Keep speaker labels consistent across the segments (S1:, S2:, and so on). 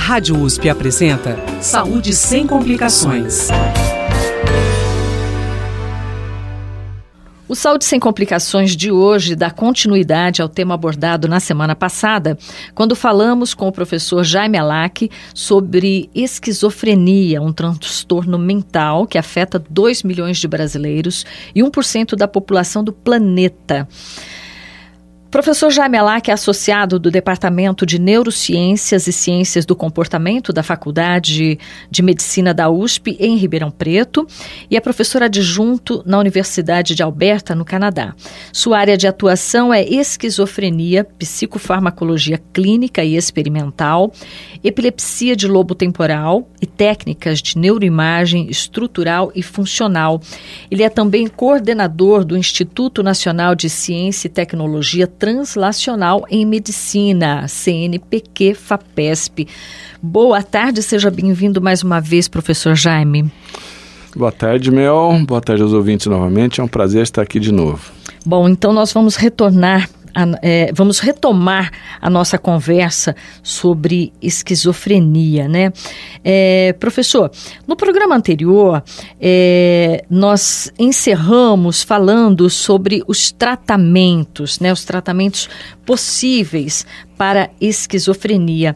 S1: Rádio USP apresenta Saúde Sem Complicações.
S2: O Saúde Sem Complicações de hoje dá continuidade ao tema abordado na semana passada, quando falamos com o professor Jaime Alac sobre esquizofrenia, um transtorno mental que afeta 2 milhões de brasileiros e 1% da população do planeta. O professor Jaime Alac é associado do Departamento de Neurociências e Ciências do Comportamento da Faculdade de Medicina da USP, em Ribeirão Preto, e é professor adjunto na Universidade de Alberta, no Canadá. Sua área de atuação é esquizofrenia, psicofarmacologia clínica e experimental, epilepsia de lobo temporal e técnicas de neuroimagem estrutural e funcional. Ele é também coordenador do Instituto Nacional de Ciência e Tecnologia Translacional em Medicina, CNPq-FAPESP. Boa tarde, seja bem-vindo mais uma vez, professor Jaime.
S3: Boa tarde, Mel. Boa tarde aos ouvintes novamente. É um prazer estar aqui de novo.
S2: Bom, então nós vamos retomar a nossa conversa sobre esquizofrenia, né? Professor, no programa anterior, nós encerramos falando sobre os tratamentos, né? Os tratamentos possíveis para esquizofrenia.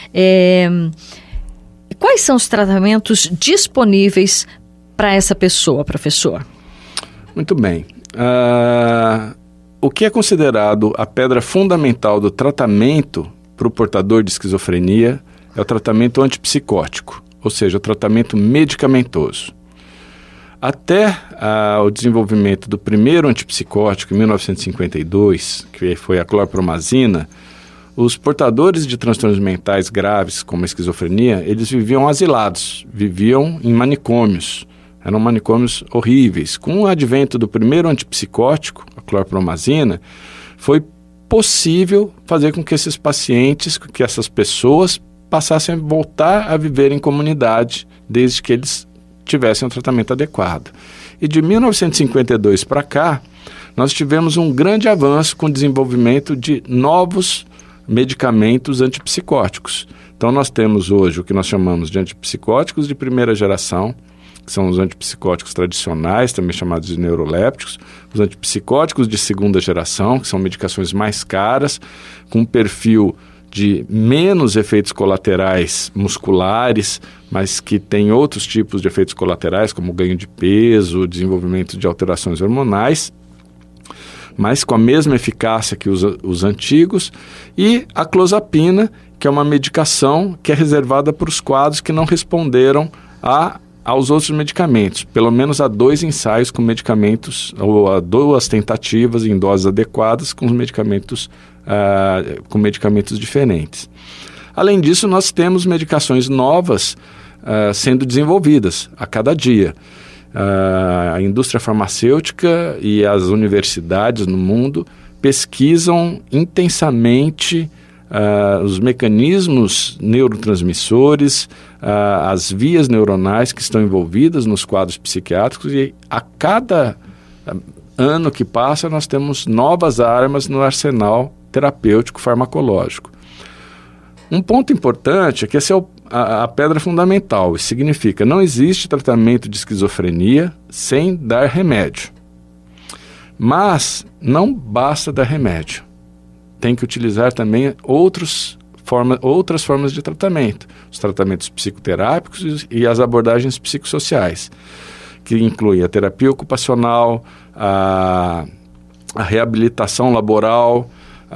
S2: Quais são os tratamentos disponíveis para essa pessoa, professor?
S3: Muito bem. O que é considerado a pedra fundamental do tratamento para o portador de esquizofrenia é o tratamento antipsicótico, ou seja, o tratamento medicamentoso. Até o desenvolvimento do primeiro antipsicótico, em 1952, que foi a clorpromazina, os portadores de transtornos mentais graves, como a esquizofrenia, eles viviam asilados, viviam em manicômios. Eram manicômios horríveis. Com o advento do primeiro antipsicótico, a clorpromazina, foi possível fazer com que esses pacientes, que essas pessoas passassem a voltar a viver em comunidade, desde que eles tivessem um tratamento adequado. E de 1952 para cá, nós tivemos um grande avanço com o desenvolvimento de novos medicamentos antipsicóticos. Então nós temos hoje o que nós chamamos de antipsicóticos de primeira geração, que são os antipsicóticos tradicionais, também chamados de neurolépticos, os antipsicóticos de segunda geração, que são medicações mais caras, com um perfil de menos efeitos colaterais musculares, mas que tem outros tipos de efeitos colaterais, como ganho de peso, desenvolvimento de alterações hormonais, mas com a mesma eficácia que os antigos, e a clozapina, que é uma medicação que é reservada para os quadros que não responderam aos outros medicamentos, pelo menos a 2 ensaios com medicamentos, ou a 2 tentativas em doses adequadas com medicamentos diferentes. Além disso, nós temos medicações novas sendo desenvolvidas a cada dia. A indústria farmacêutica e as universidades no mundo pesquisam intensamente os mecanismos neurotransmissores, as vias neuronais que estão envolvidas nos quadros psiquiátricos, e a cada ano que passa nós temos novas armas no arsenal terapêutico farmacológico. Um ponto importante é que essa é a pedra fundamental. Isso significa que não existe tratamento de esquizofrenia sem dar remédio. Mas não basta dar remédio. Tem que utilizar também outras formas de tratamento, os tratamentos psicoterápicos e as abordagens psicossociais, que incluem a terapia ocupacional, a reabilitação laboral,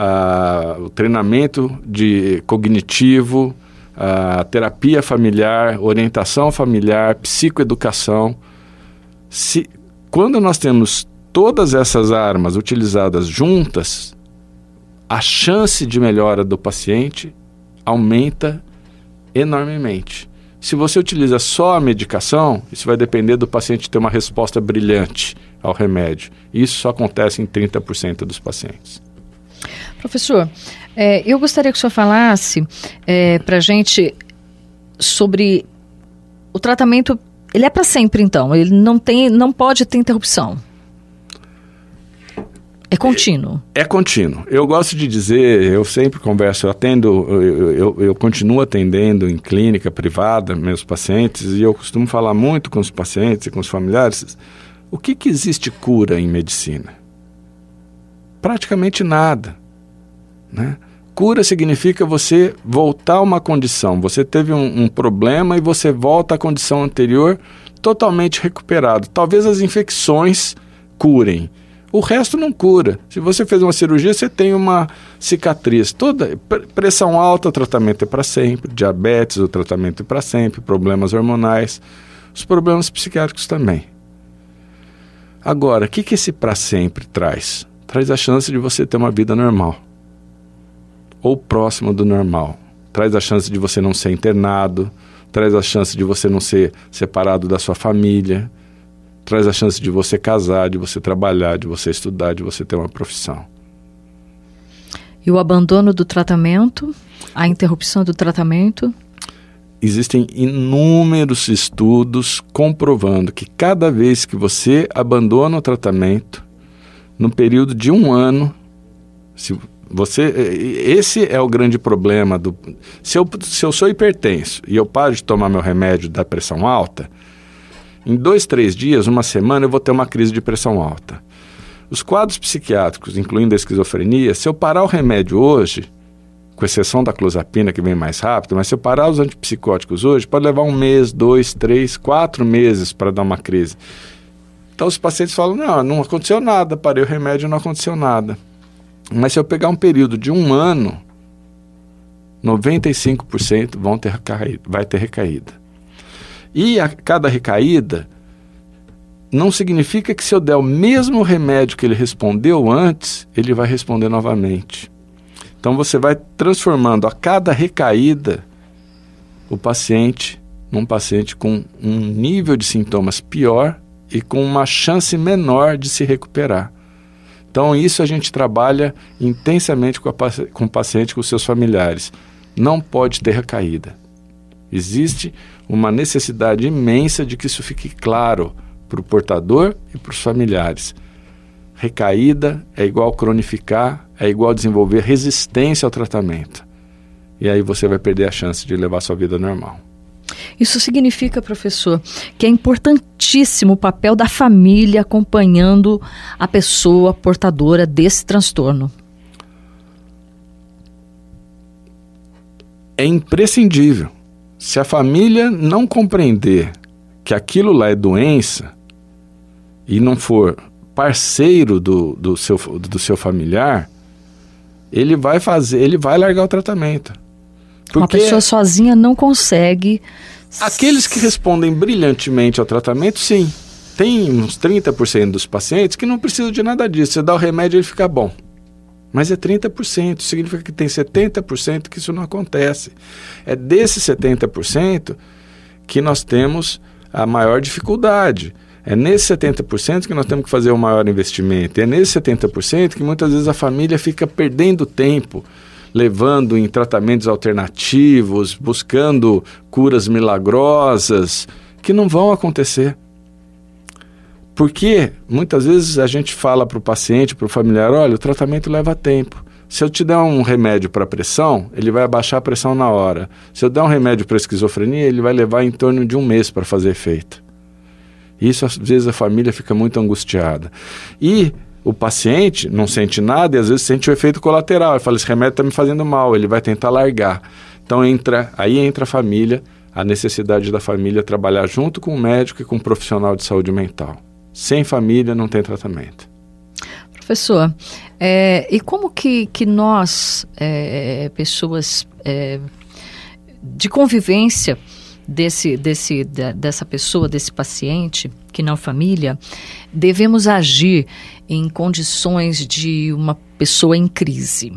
S3: o treinamento cognitivo, a terapia familiar, orientação familiar, psicoeducação. Quando nós temos todas essas armas utilizadas juntas, a chance de melhora do paciente aumenta enormemente. Se você utiliza só a medicação, isso vai depender do paciente ter uma resposta brilhante ao remédio. Isso só acontece em 30% dos pacientes.
S2: Professor, eu gostaria que o senhor falasse para a gente sobre o tratamento. Ele é para sempre, então? Ele não pode ter interrupção? É contínuo?
S3: É contínuo. Eu gosto de dizer, eu sempre converso, eu continuo atendendo em clínica privada meus pacientes, e eu costumo falar muito com os pacientes e com os familiares, o que existe cura em medicina? Praticamente nada, né? Cura significa você voltar a uma condição, você teve um problema e você volta à condição anterior totalmente recuperado. Talvez as infecções curem, o resto não cura. Se você fez uma cirurgia, você tem uma cicatriz. Pressão alta, o tratamento é para sempre. Diabetes, o tratamento é para sempre. Problemas hormonais, os problemas psiquiátricos também. Agora, o que esse para sempre traz? Traz a chance de você ter uma vida normal, ou próximo do normal. Traz a chance de você não ser internado, traz a chance de você não ser separado da sua família, traz a chance de você casar, de você trabalhar, de você estudar, de você ter uma profissão.
S2: E o abandono do tratamento? A interrupção do tratamento?
S3: Existem inúmeros estudos comprovando que cada vez que você abandona o tratamento, no período de 1 ano, esse é o grande problema. Se eu sou hipertenso e eu paro de tomar meu remédio da pressão alta, em 2, 3 dias, 1 semana, eu vou ter uma crise de pressão alta. Os quadros psiquiátricos, incluindo a esquizofrenia, se eu parar o remédio hoje, com exceção da clozapina, que vem mais rápido, mas se eu parar os antipsicóticos hoje, pode levar 1 mês, 2, 3, 4 meses para dar uma crise. Então os pacientes falam, não aconteceu nada, parei o remédio e não aconteceu nada. Mas se eu pegar um período de 1 ano, 95% vai ter recaída. E a cada recaída não significa que se eu der o mesmo remédio que ele respondeu antes, ele vai responder novamente. Então você vai transformando a cada recaída o paciente num paciente com um nível de sintomas pior e com uma chance menor de se recuperar. Então isso a gente trabalha intensamente com o paciente, com os seus familiares. Não pode ter recaída. Existe uma necessidade imensa de que isso fique claro para o portador e para os familiares. Recaída é igual cronificar, é igual desenvolver resistência ao tratamento. E aí você vai perder a chance de levar a sua vida normal.
S2: Isso significa, professor, que é importantíssimo o papel da família acompanhando a pessoa portadora desse transtorno.
S3: É imprescindível. Se a família não compreender que aquilo lá é doença e não for parceiro do seu familiar, ele vai largar o tratamento. Porque
S2: uma pessoa sozinha não consegue.
S3: Aqueles que respondem brilhantemente ao tratamento, sim. Tem uns 30% dos pacientes que não precisam de nada disso. Você dá o remédio e ele fica bom. Mas é 30%, significa que tem 70% que isso não acontece. É desses 70% que nós temos a maior dificuldade. É nesse 70% que nós temos que fazer o maior investimento. É nesse 70% que muitas vezes a família fica perdendo tempo, levando em tratamentos alternativos, buscando curas milagrosas, que não vão acontecer. Porque muitas vezes a gente fala para o paciente, para o familiar, olha, o tratamento leva tempo. Se eu te der um remédio para pressão, ele vai abaixar a pressão na hora. Se eu der um remédio para esquizofrenia, ele vai levar em torno de 1 mês para fazer efeito. Isso, às vezes, a família fica muito angustiada. E o paciente não sente nada e, às vezes, sente o efeito colateral. Ele fala, esse remédio está me fazendo mal, ele vai tentar largar. Então, aí entra a família, a necessidade da família trabalhar junto com o médico e com o profissional de saúde mental. Sem família não tem tratamento. Professor,
S2: e como que nós, pessoas de convivência dessa pessoa, desse paciente, que não família, devemos agir em condições de uma pessoa em crise?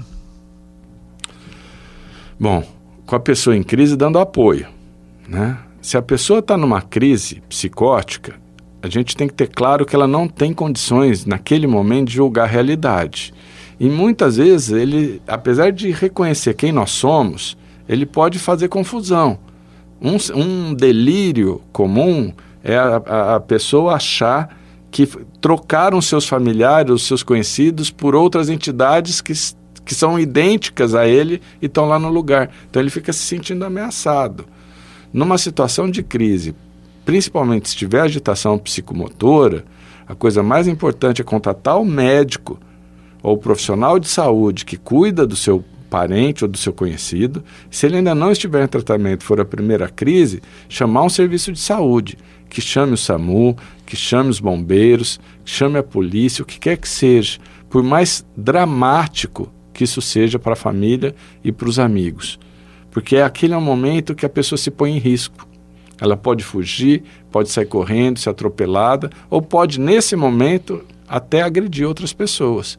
S3: Bom, com a pessoa em crise dando apoio, né? Se a pessoa está numa crise psicótica, a gente tem que ter claro que ela não tem condições, naquele momento, de julgar a realidade. E muitas vezes, ele, apesar de reconhecer quem nós somos, ele pode fazer confusão. Um delírio comum é a pessoa achar que trocaram seus familiares, os seus conhecidos, por outras entidades que são idênticas a ele e estão lá no lugar. Então ele fica se sentindo ameaçado. Numa situação de crise, principalmente se tiver agitação psicomotora, a coisa mais importante é contatar o médico ou o profissional de saúde que cuida do seu parente ou do seu conhecido. Se ele ainda não estiver em tratamento, for a primeira crise, chamar um serviço de saúde, que chame o SAMU, que chame os bombeiros, que chame a polícia, o que quer que seja, por mais dramático que isso seja para a família e para os amigos. Porque aquele é um momento que a pessoa se põe em risco. Ela pode fugir, pode sair correndo, ser atropelada, ou pode, nesse momento, até agredir outras pessoas.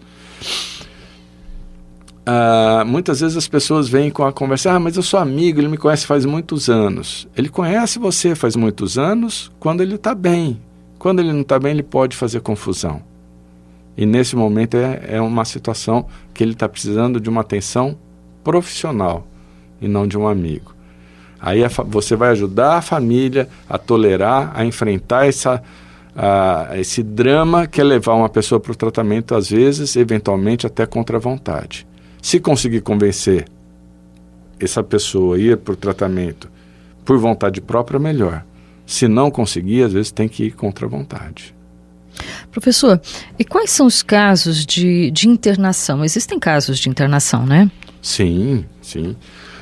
S3: Muitas vezes as pessoas vêm com a conversa, mas eu sou amigo, ele me conhece faz muitos anos. Ele conhece você faz muitos anos quando ele está bem. Quando ele não está bem, ele pode fazer confusão. E nesse momento é uma situação que ele está precisando de uma atenção profissional e não de um amigo. Aí você vai ajudar a família a tolerar, a enfrentar esse drama que é levar uma pessoa para o tratamento, às vezes, eventualmente, até contra a vontade. Se conseguir convencer essa pessoa a ir para o tratamento por vontade própria, melhor. Se não conseguir, às vezes tem que ir contra a vontade.
S2: Professor, e quais são os casos de internação? Existem casos de internação, né?
S3: Sim, sim.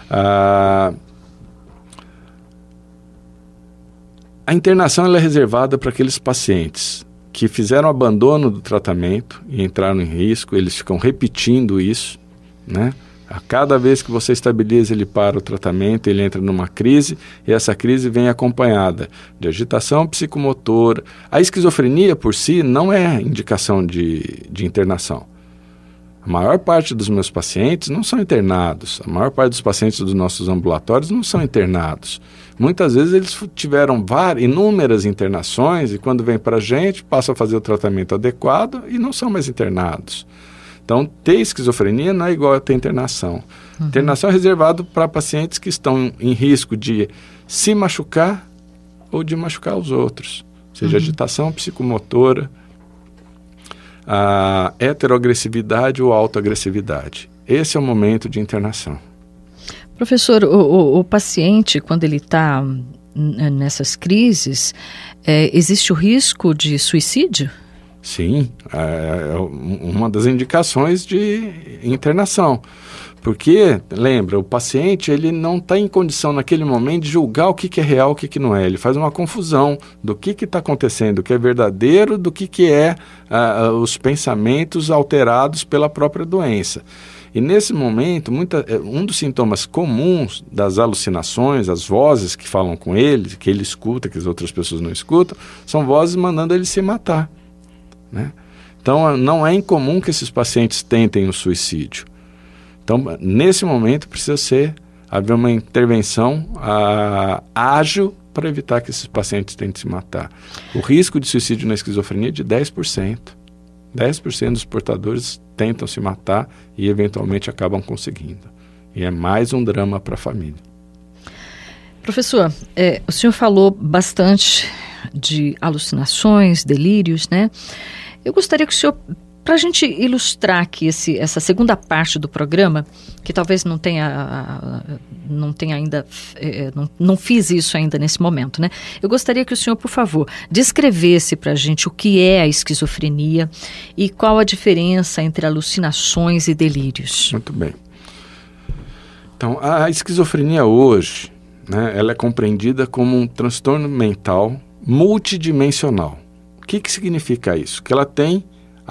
S3: A internação ela é reservada para aqueles pacientes que fizeram abandono do tratamento e entraram em risco. Eles ficam repetindo isso, né? A cada vez que você estabiliza ele para o tratamento, ele entra numa crise, e essa crise vem acompanhada de agitação psicomotora. A esquizofrenia por si não é indicação de internação. A maior parte dos meus pacientes não são internados. A maior parte dos pacientes dos nossos ambulatórios não são internados. Muitas vezes eles tiveram inúmeras internações e quando vem para a gente, passam a fazer o tratamento adequado e não são mais internados. Então, ter esquizofrenia não é igual a ter internação. Uhum. Internação é reservado para pacientes que estão em risco de se machucar ou de machucar os outros. Seja agitação psicomotora, a heteroagressividade ou autoagressividade. Esse é o momento de internação.
S2: Professor, o paciente, quando ele está nessas crises, existe o risco de suicídio?
S3: Sim, é uma das indicações de internação. Porque, lembra, o paciente ele não está em condição naquele momento de julgar o que é real e o que não é. Ele faz uma confusão do que está acontecendo, o que é verdadeiro, do que é os pensamentos alterados pela própria doença. E nesse momento, um dos sintomas comuns das alucinações, as vozes que falam com ele, que ele escuta, que as outras pessoas não escutam, são vozes mandando ele se matar, né? Então, não é incomum que esses pacientes tentem o suicídio. Então, nesse momento, precisa haver uma intervenção ágil para evitar que esses pacientes tentem se matar. O risco de suicídio na esquizofrenia é de 10%. 10% dos portadores tentam se matar e, eventualmente, acabam conseguindo. E é mais um drama para a família.
S2: Professor, o senhor falou bastante de alucinações, delírios, né? Eu gostaria que o senhor, para a gente ilustrar aqui essa segunda parte do programa, que talvez não tenha ainda, não fiz isso ainda nesse momento, né? Eu gostaria que o senhor, por favor, descrevesse para a gente o que é a esquizofrenia e qual a diferença entre alucinações e delírios.
S3: Muito bem. Então, a esquizofrenia hoje, né, ela é compreendida como um transtorno mental multidimensional. O que significa isso? Que ela tem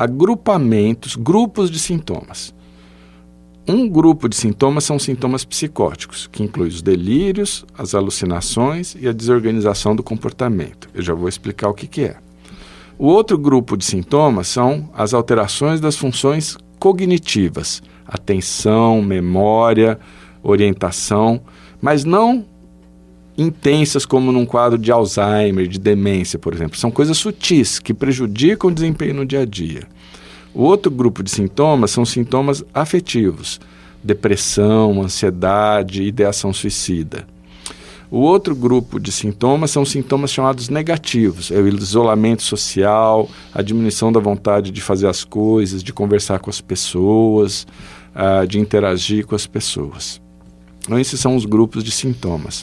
S3: grupos de sintomas. Um grupo de sintomas são sintomas psicóticos, que inclui os delírios, as alucinações e a desorganização do comportamento. Eu já vou explicar o que é. O outro grupo de sintomas são as alterações das funções cognitivas, atenção, memória, orientação, mas não intensas como num quadro de Alzheimer, de demência, por exemplo. São coisas sutis que prejudicam o desempenho no dia a dia. O outro grupo de sintomas são sintomas afetivos, depressão, ansiedade, ideação suicida. O outro grupo de sintomas são sintomas chamados negativos. É o isolamento social, a diminuição da vontade de fazer as coisas, de conversar com as pessoas, de interagir com as pessoas. Então, esses são os grupos de sintomas.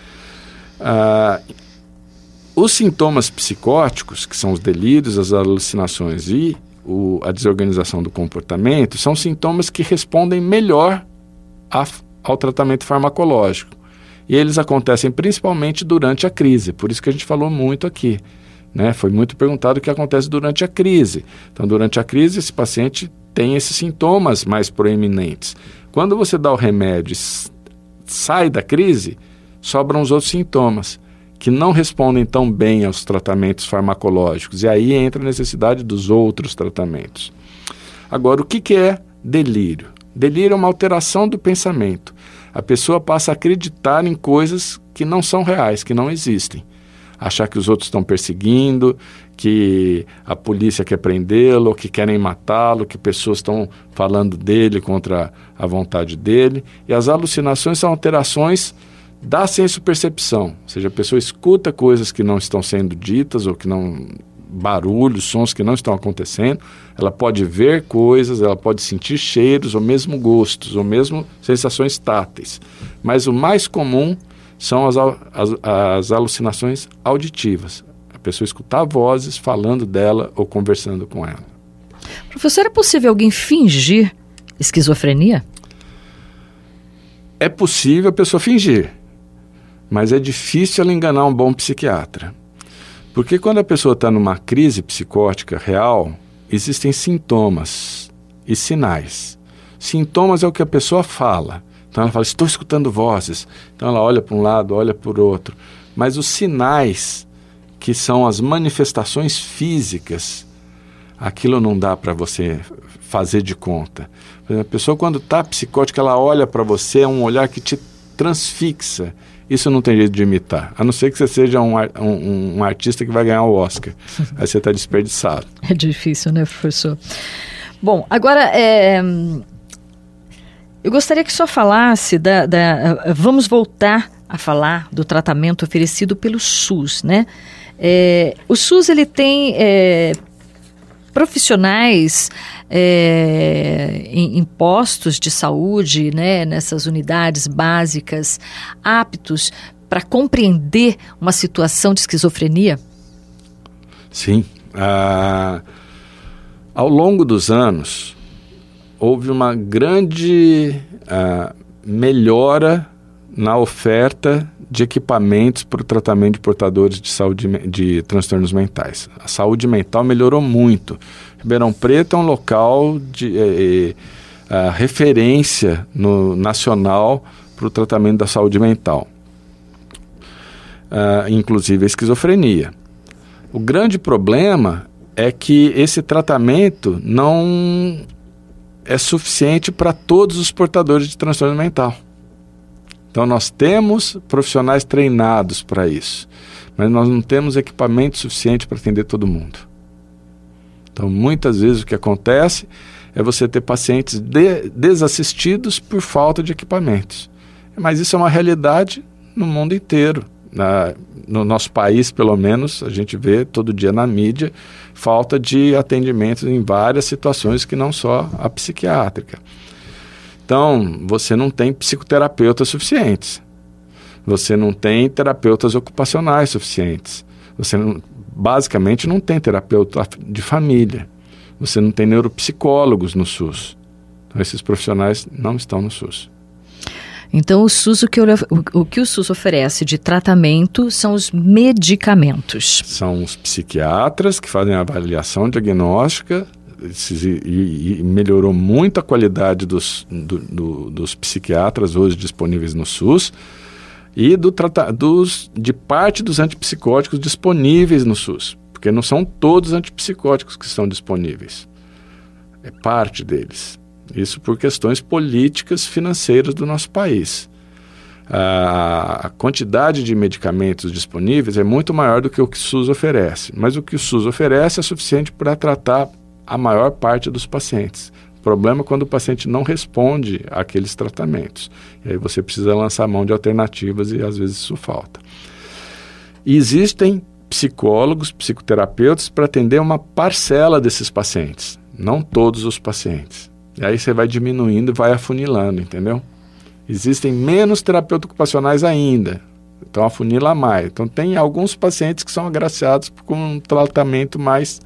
S3: Os sintomas psicóticos, que são os delírios, as alucinações e a desorganização do comportamento, são sintomas que respondem melhor ao tratamento farmacológico. E eles acontecem principalmente durante a crise, por isso que a gente falou muito aqui, né? Foi muito perguntado o que acontece durante a crise. Então, durante a crise, esse paciente tem esses sintomas mais proeminentes. Quando você dá o remédio e sai da crise, sobram os outros sintomas, que não respondem tão bem aos tratamentos farmacológicos, e aí entra a necessidade dos outros tratamentos. Agora, o que é delírio? Delírio é uma alteração do pensamento. A pessoa passa a acreditar em coisas que não são reais, que não existem. Achar que os outros estão perseguindo, que a polícia quer prendê-lo, que querem matá-lo, que pessoas estão falando dele contra a vontade dele. E as alucinações são alterações da senso-percepção, ou seja, a pessoa escuta coisas que não estão sendo ditas ou que não... barulhos, sons que não estão acontecendo, ela pode ver coisas, ela pode sentir cheiros, ou mesmo gostos, ou mesmo sensações táteis. Mas o mais comum são as alucinações auditivas. A pessoa escutar vozes falando dela ou conversando com ela.
S2: Professor, é possível alguém fingir esquizofrenia?
S3: É possível a pessoa fingir, mas é difícil ela enganar um bom psiquiatra. Porque quando a pessoa está numa crise psicótica real, existem sintomas e sinais. Sintomas é o que a pessoa fala. Então ela fala, estou escutando vozes. Então ela olha para um lado, olha para o outro. Mas os sinais, que são as manifestações físicas, aquilo não dá para você fazer de conta. Por exemplo, a pessoa quando está psicótica, ela olha para você, é um olhar que te transfixa. Isso não tem jeito de imitar, a não ser que você seja um artista que vai ganhar o Oscar. Aí você está desperdiçado.
S2: É difícil, né, professor? Bom, agora, eu gostaria que o senhor falasse vamos voltar a falar do tratamento oferecido pelo SUS, né? O SUS, ele tem profissionais em postos de saúde, né, nessas unidades básicas, aptos para compreender uma situação de esquizofrenia?
S3: Sim. Ao longo dos anos, houve uma grande melhora na oferta de equipamentos para o tratamento de portadores de saúde de transtornos mentais. A saúde mental melhorou muito. Ribeirão Preto é um local de referência nacional para o tratamento da saúde mental, inclusive a esquizofrenia. O grande problema é que esse tratamento não é suficiente para todos os portadores de transtorno mental. Então, nós temos profissionais treinados para isso, mas nós não temos equipamento suficiente para atender todo mundo. Então, muitas vezes o que acontece é você ter pacientes desassistidos por falta de equipamentos. Mas isso é uma realidade no mundo inteiro. No nosso país, pelo menos, a gente vê todo dia na mídia falta de atendimentos em várias situações que não só a psiquiátrica. Então, você não tem psicoterapeutas suficientes, você não tem terapeutas ocupacionais suficientes, você basicamente não tem terapeuta de família, você não tem neuropsicólogos no SUS. Então, esses profissionais não estão no SUS.
S2: Então, o SUS, o que o SUS oferece de tratamento são os medicamentos.
S3: São os psiquiatras que fazem a avaliação diagnóstica e melhorou muito a qualidade dos psiquiatras hoje disponíveis no SUS e de parte dos antipsicóticos disponíveis no SUS, porque não são todos os antipsicóticos que estão disponíveis, é parte deles. Isso por questões políticas financeiras do nosso país. A quantidade de medicamentos disponíveis é muito maior do que o que o SUS oferece, mas o que o SUS oferece é suficiente para tratar a maior parte dos pacientes. O problema é quando o paciente não responde àqueles tratamentos. E aí você precisa lançar mão de alternativas e às vezes isso falta. E existem psicólogos, psicoterapeutas para atender uma parcela desses pacientes, não todos os pacientes. E aí você vai diminuindo e vai afunilando, entendeu? Existem menos terapeutas ocupacionais ainda, então afunila mais. Então tem alguns pacientes que são agraciados com um tratamento mais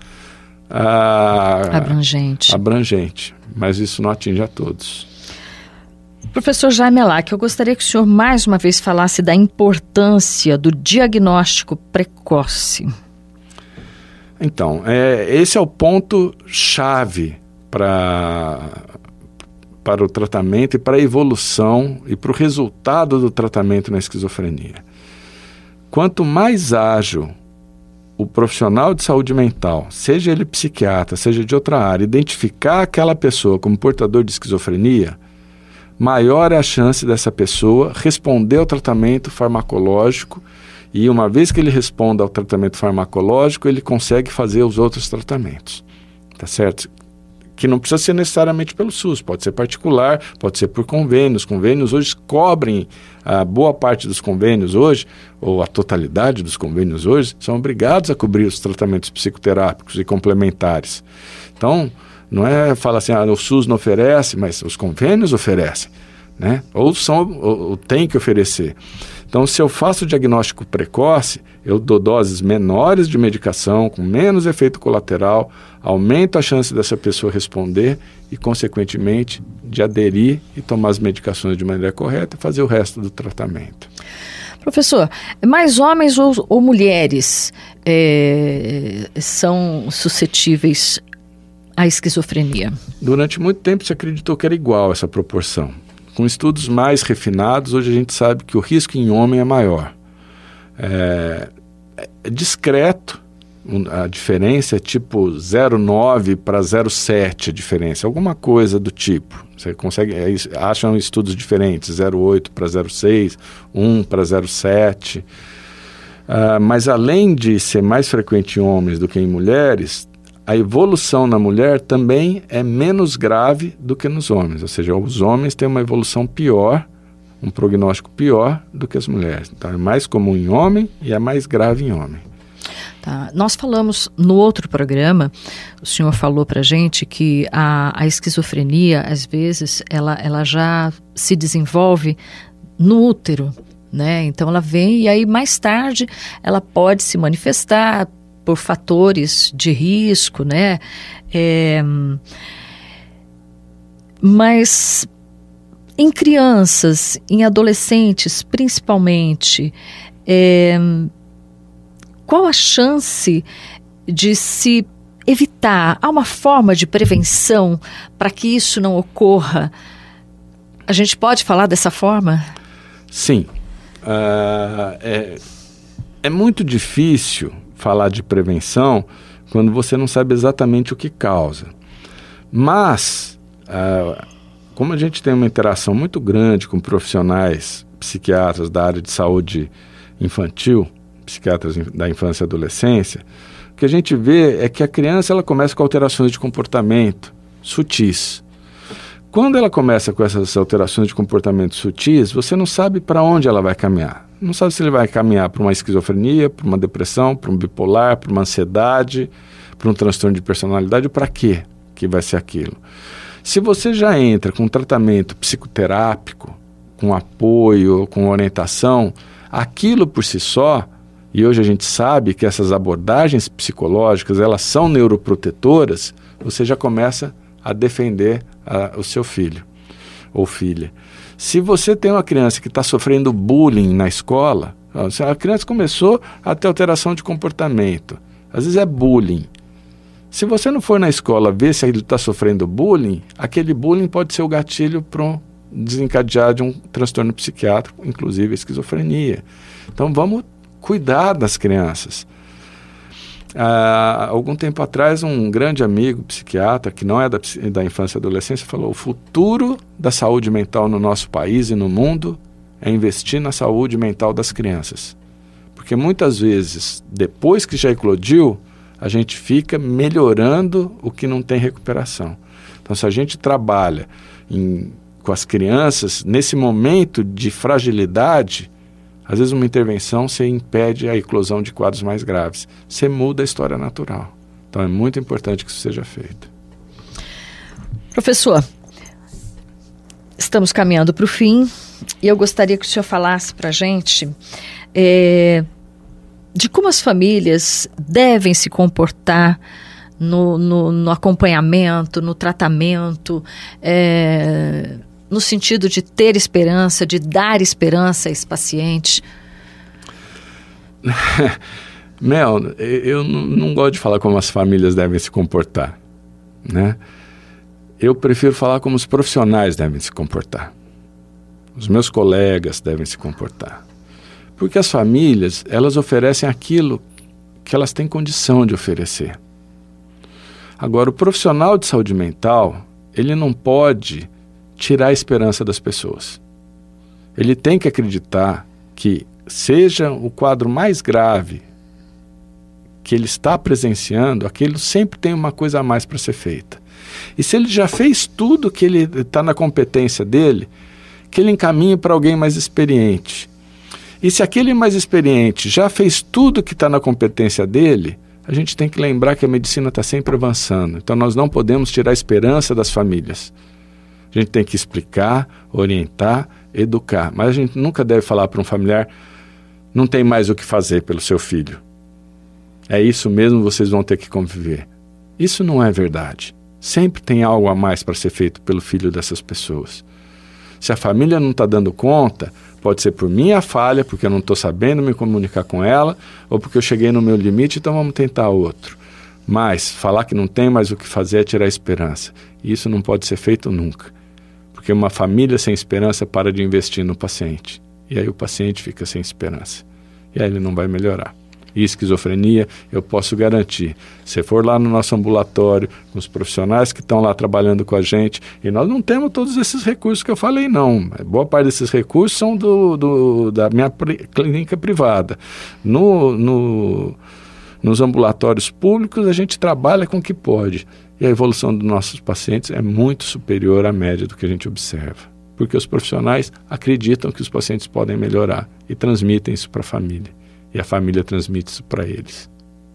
S3: abrangente, mas isso não atinge a todos.
S2: Professor Jaime Melac, eu gostaria que o senhor mais uma vez falasse da importância do diagnóstico precoce.
S3: Então, esse é o ponto-chave para o tratamento e para a evolução e para o resultado do tratamento na esquizofrenia. Quanto mais ágil o profissional de saúde mental, seja ele psiquiatra, seja de outra área, identificar aquela pessoa como portador de esquizofrenia, maior é a chance dessa pessoa responder ao tratamento farmacológico, e uma vez que ele responda ao tratamento farmacológico, ele consegue fazer os outros tratamentos, tá certo? Que não precisa ser necessariamente pelo SUS, pode ser particular, pode ser por convênios. Convênios hoje cobrem, a boa parte dos convênios hoje, ou a totalidade dos convênios hoje, são obrigados a cobrir os tratamentos psicoterápicos e complementares. Então, não é falar assim, o SUS não oferece, mas os convênios oferecem, né? Ou tem que oferecer. Então, se eu faço o diagnóstico precoce, eu dou doses menores de medicação, com menos efeito colateral, aumento a chance dessa pessoa responder e, consequentemente, de aderir e tomar as medicações de maneira correta e fazer o resto do tratamento.
S2: Professor, mais homens ou mulheres são suscetíveis à esquizofrenia?
S3: Durante muito tempo se acreditou que era igual essa proporção. Com estudos mais refinados, hoje a gente sabe que o risco em homem é maior. É discreto, a diferença é tipo 0,9 para 0,7 a diferença, alguma coisa do tipo. Você consegue, acham estudos diferentes, 0,8 para 0,6, 1 para 0,7. Mas além de ser mais frequente em homens do que em mulheres, a evolução na mulher também é menos grave do que nos homens. Ou seja, os homens têm uma evolução pior, um prognóstico pior do que as mulheres. Então é mais comum em homem e é mais grave em homem.
S2: Tá. Nós falamos no outro programa, o senhor falou para a gente que a esquizofrenia, às vezes, ela já se desenvolve no útero, né? Então ela vem e aí mais tarde ela pode se manifestar por fatores de risco, né? Mas em crianças, em adolescentes principalmente, qual a chance de se evitar? Há uma forma de prevenção para que isso não ocorra? A gente pode falar dessa forma?
S3: Sim. É muito difícil falar de prevenção quando você não sabe exatamente o que causa. Mas, como a gente tem uma interação muito grande com profissionais, psiquiatras da área de saúde infantil, psiquiatras da infância e adolescência, o que a gente vê é que a criança ela começa com alterações de comportamento sutis. Quando ela começa com essas alterações de comportamento sutis, você não sabe para onde ela vai caminhar. Não sabe se ele vai caminhar para uma esquizofrenia, para uma depressão, para um bipolar, para uma ansiedade, para um transtorno de personalidade, ou para quê que vai ser aquilo. Se você já entra com um tratamento psicoterápico, com apoio, com orientação, aquilo por si só, e hoje a gente sabe que essas abordagens psicológicas, elas são neuroprotetoras, você já começa a defender o seu filho ou filha. Se você tem uma criança que está sofrendo bullying na escola, a criança começou a ter alteração de comportamento, às vezes é bullying. Se você não for na escola ver se ele está sofrendo bullying, aquele bullying pode ser o gatilho para desencadear de um transtorno psiquiátrico, inclusive a esquizofrenia. Então vamos cuidar das crianças. Algum tempo atrás, um grande amigo psiquiatra, que não é da infância e adolescência, falou: o futuro da saúde mental no nosso país e no mundo é investir na saúde mental das crianças. Porque muitas vezes, depois que já eclodiu, a gente fica melhorando o que não tem recuperação. Então, se a gente trabalha com as crianças, nesse momento de fragilidade, às vezes uma intervenção você impede a eclosão de quadros mais graves. Você muda a história natural. Então, é muito importante que isso seja feito.
S2: Professor, estamos caminhando para o fim e eu gostaria que o senhor falasse para a gente de como as famílias devem se comportar no acompanhamento, no tratamento, no sentido de ter esperança, de dar esperança a esse paciente.
S3: Mel, eu não gosto de falar como as famílias devem se comportar, né? Eu prefiro falar como os profissionais devem se comportar. Os meus colegas devem se comportar. Porque as famílias, elas oferecem aquilo que elas têm condição de oferecer. Agora, o profissional de saúde mental, ele não pode tirar a esperança das pessoas. Ele tem que acreditar que, seja o quadro mais grave que ele está presenciando, aquilo sempre tem uma coisa a mais para ser feita. E se ele já fez tudo que ele está na competência dele, que ele encaminhe para alguém mais experiente. E se aquele mais experiente já fez tudo que está na competência dele, a gente tem que lembrar que a medicina está sempre avançando. Então nós não podemos tirar a esperança das famílias. A gente tem que explicar, orientar, educar. Mas a gente nunca deve falar para um familiar, não tem mais o que fazer pelo seu filho. É isso mesmo, vocês vão ter que conviver. Isso não é verdade. Sempre tem algo a mais para ser feito pelo filho dessas pessoas. Se a família não está dando conta, pode ser por minha falha, porque eu não estou sabendo me comunicar com ela, ou porque eu cheguei no meu limite, então vamos tentar outro. Mas falar que não tem mais o que fazer é tirar a esperança. E isso não pode ser feito nunca. Porque uma família sem esperança para de investir no paciente. E aí o paciente fica sem esperança. E aí ele não vai melhorar. E esquizofrenia, eu posso garantir. Se for lá no nosso ambulatório, com os profissionais que estão lá trabalhando com a gente, e nós não temos todos esses recursos que eu falei, não. Boa parte desses recursos são da minha clínica privada. Nos ambulatórios públicos, a gente trabalha com o que pode. E a evolução dos nossos pacientes é muito superior à média do que a gente observa. Porque os profissionais acreditam que os pacientes podem melhorar e transmitem isso para a família. E a família transmite isso para eles.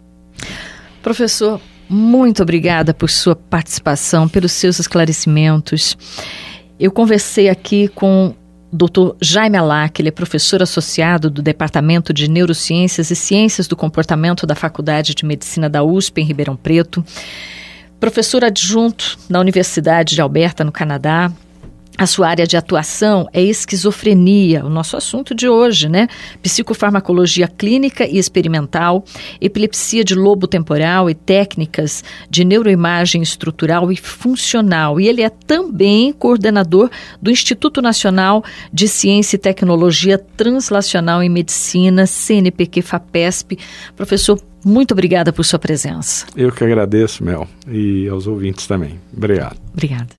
S2: Professor, muito obrigada por sua participação, pelos seus esclarecimentos. Eu conversei aqui com o Dr. Jaime Alac, ele é professor associado do Departamento de Neurociências e Ciências do Comportamento da Faculdade de Medicina da USP, em Ribeirão Preto. Professor adjunto na Universidade de Alberta, no Canadá. A sua área de atuação é esquizofrenia, o nosso assunto de hoje, né? Psicofarmacologia clínica e experimental, epilepsia de lobo temporal e técnicas de neuroimagem estrutural e funcional. E ele é também coordenador do Instituto Nacional de Ciência e Tecnologia Translacional em Medicina, CNPq-FAPESP. Professor, muito obrigada por sua presença.
S3: Eu que agradeço, Mel, e aos ouvintes também. Obrigado.
S2: Obrigada.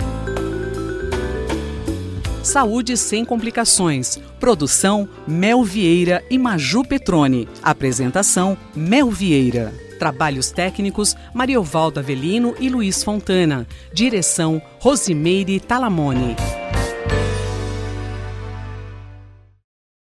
S1: Saúde sem complicações. Produção Mel Vieira e Maju Petroni. Apresentação Mel Vieira. Trabalhos técnicos Mariovaldo Avelino e Luiz Fontana. Direção Rosimeire Talamone.